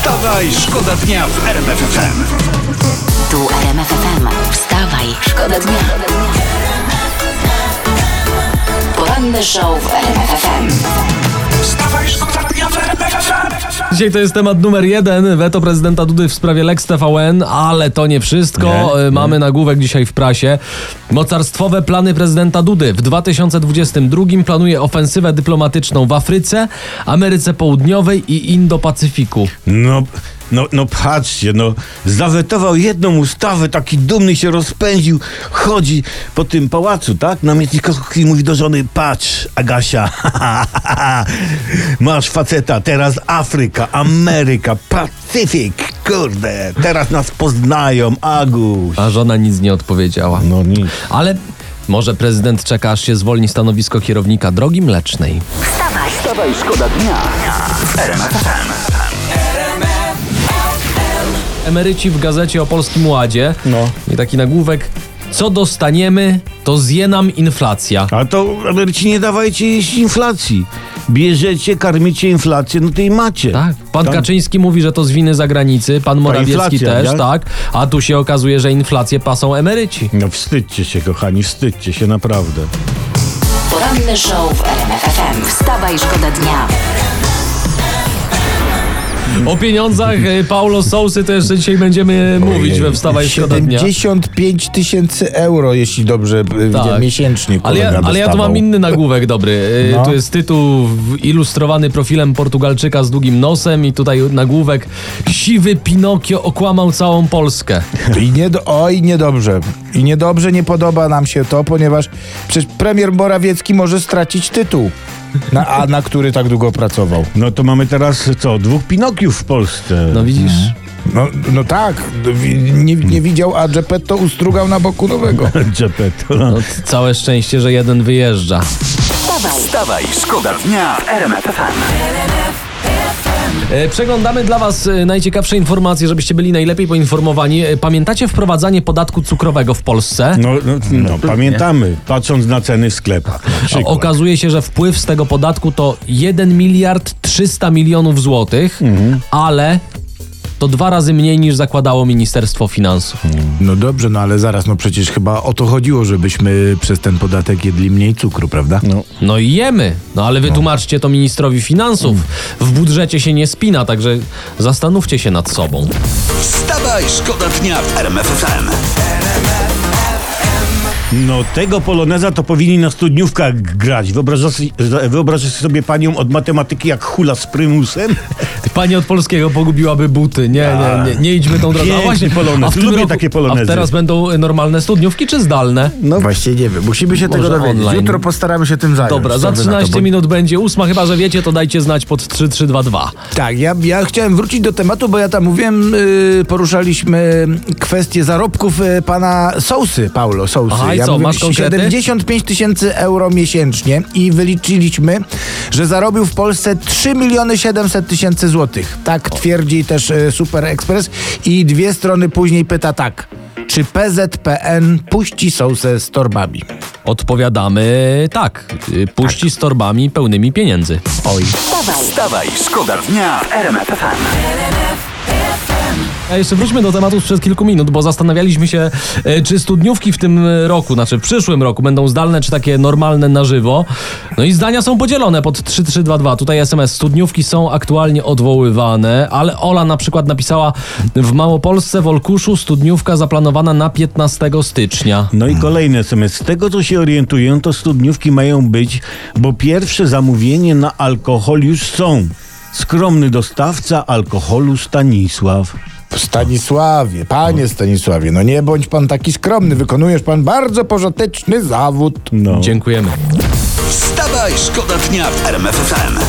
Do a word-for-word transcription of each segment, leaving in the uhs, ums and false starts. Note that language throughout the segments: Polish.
Wstawaj, szkoda dnia w R M F F M. Tu R M F F M. Wstawaj, szkoda dnia. Poranny show w R M F F M. Wstawaj, szkoda dnia w R M F F M. Dzisiaj to jest temat numer jeden. Weto prezydenta Dudy w sprawie Lex T V N, ale to nie wszystko. Nie, Mamy nie. nagłówek dzisiaj w prasie. Mocarstwowe plany prezydenta Dudy. W dwa tysiące dwudziestym drugim planuje ofensywę dyplomatyczną w Afryce, Ameryce Południowej i Indo-Pacyfiku. No, no, no patrzcie, no zawetował jedną ustawę, taki dumny się rozpędził, chodzi po tym pałacu, tak? Namiestnik i mówi do żony: patrz, Agasia, masz faceta, teraz Afryka, Ameryka, Pacyfik, kurde, teraz nas poznają, Aguś. A żona nic nie odpowiedziała. No nic. Ale może prezydent czeka, aż się zwolni stanowisko kierownika drogi mlecznej. Wstawaj, Wstawaj, szkoda dnia w R M F F M. Emeryci w gazecie o Polskim Ładzie. No. I taki nagłówek: co dostaniemy, to zje nam inflacja. A to, emeryci, nie dawajcie jeść inflacji. Bierzecie, karmicie inflację, no to i macie. Tak. Pan Tam- Kaczyński mówi, że to z winy zagranicy, pan Morawiecki inflacja, też, tak? tak. A tu się okazuje, że inflację pasą emeryci. No wstydźcie się, kochani, wstydźcie się, naprawdę. poranny show w R M F F M. Wstawaj, szkoda dnia. O pieniądzach y, Paulo Sousy to jeszcze dzisiaj będziemy mówić we Wstawaj Szkoda Dnia. siedemdziesiąt pięć tysięcy euro, jeśli dobrze tak. widziałem, miesięcznie. Ale ja, kolega ale ja tu dostawał. mam inny nagłówek dobry. Y, No. Tu jest tytuł w- ilustrowany profilem Portugalczyka z długim nosem i tutaj nagłówek: siwy Pinokio okłamał całą Polskę. I nie, do, oj, niedobrze. I niedobrze, nie podoba nam się to, ponieważ przecież premier Morawiecki może stracić tytuł, na, a na który tak długo pracował. No to mamy teraz co? Dwóch Pinokiów w Polsce. No widzisz? No, no tak, nie, nie widział, a Geppetto ustrugał na boku nowego. Geppetto. No, c- całe szczęście, że jeden wyjeżdża. Wstawaj, Wstawaj, szkoda dnia w R M F F M. E, Przeglądamy dla was e, najciekawsze informacje, żebyście byli najlepiej poinformowani. E, Pamiętacie wprowadzanie podatku cukrowego w Polsce? No, no, no pamiętamy, patrząc na ceny w sklepach. Na O- przykład. Okazuje się, że wpływ z tego podatku to jeden miliard trzysta milionów złotych, ale to dwa razy mniej niż zakładało Ministerstwo Finansów. No dobrze, no ale zaraz, no przecież chyba o to chodziło, żebyśmy przez ten podatek jedli mniej cukru, prawda? No. No i jemy. No ale wytłumaczcie to ministrowi finansów. W budżecie się nie spina, także zastanówcie się nad sobą. Wstawaj, szkoda dnia w R M F F M. No tego poloneza to powinni na studniówkach grać. Wyobrażasz, wyobrażasz sobie panią od matematyki jak hula z prymusem? Pani od polskiego pogubiłaby buty. Nie, nie, nie, nie idźmy tą drogą. Piękny A właśnie, polonez. a w tym Lubię roku, takie polonezy. A teraz będą normalne studniówki czy zdalne? No właśnie nie wiem, musimy się tego Może dowiedzieć. online. Jutro postaramy się tym zająć. Dobra, Co za wy na to? trzynaście Bo- minut będzie ósma, chyba że wiecie, to dajcie znać pod trzy trzy dwa dwa. Tak, ja, ja chciałem wrócić do tematu, bo ja tam mówiłem, yy, poruszaliśmy kwestię zarobków yy, pana Sousy, Paulo Sousy. Aha, i ja co, mówię, masz konkrety? siedemdziesiąt pięć tysięcy euro miesięcznie i wyliczyliśmy, że zarobił w Polsce trzy miliony siedemset tysięcy złotych. Tak twierdzi też yy, Super Express i dwie strony później pyta tak: czy P Z P N puści Sousę z torbami? Odpowiadamy tak. Y, Puści z torbami pełnymi pieniędzy. Oj. wstawaj, Wstawaj, szkoda dnia w R M F F M. A jeszcze wróćmy do tematu sprzed kilku minut, bo zastanawialiśmy się, e, czy studniówki w tym roku, znaczy w przyszłym roku będą zdalne, czy takie normalne na żywo. No i zdania są podzielone pod trzy trzy dwa dwa. Tutaj S M S: studniówki są aktualnie odwoływane, ale Ola na przykład napisała: w Małopolsce w Olkuszu studniówka zaplanowana na piętnastego stycznia. No i kolejny S M S. Z tego, co się orientuję, to studniówki mają być, bo pierwsze zamówienie na alkohol już są. Skromny dostawca alkoholu Stanisław. Stanisławie, panie Stanisławie, no nie bądź pan taki skromny, wykonujesz pan bardzo pożyteczny zawód. No. Dziękujemy. Wstawaj, szkoda dnia w R M F F M.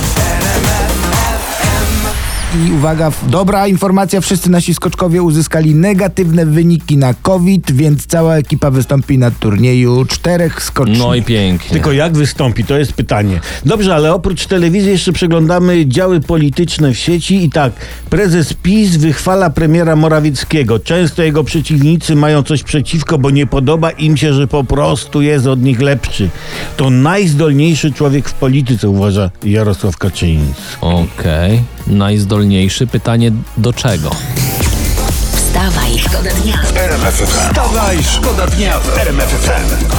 I uwaga, dobra informacja, wszyscy nasi skoczkowie uzyskali negatywne wyniki na COVID, więc cała ekipa wystąpi na turnieju czterech skoczni. No i pięknie. Tylko jak wystąpi, to jest pytanie. Dobrze, ale oprócz telewizji jeszcze przeglądamy działy polityczne w sieci i tak, prezes PiS wychwala premiera Morawieckiego. Często jego przeciwnicy mają coś przeciwko, bo nie podoba im się, że po prostu jest od nich lepszy. To najzdolniejszy człowiek w polityce, uważa Jarosław Kaczyński. Okej. Najzdolniejszy wolniejszy. Pytanie do czego? Wstawaj, szkoda dnia. Wstawaj, szkoda dnia w R M F F M.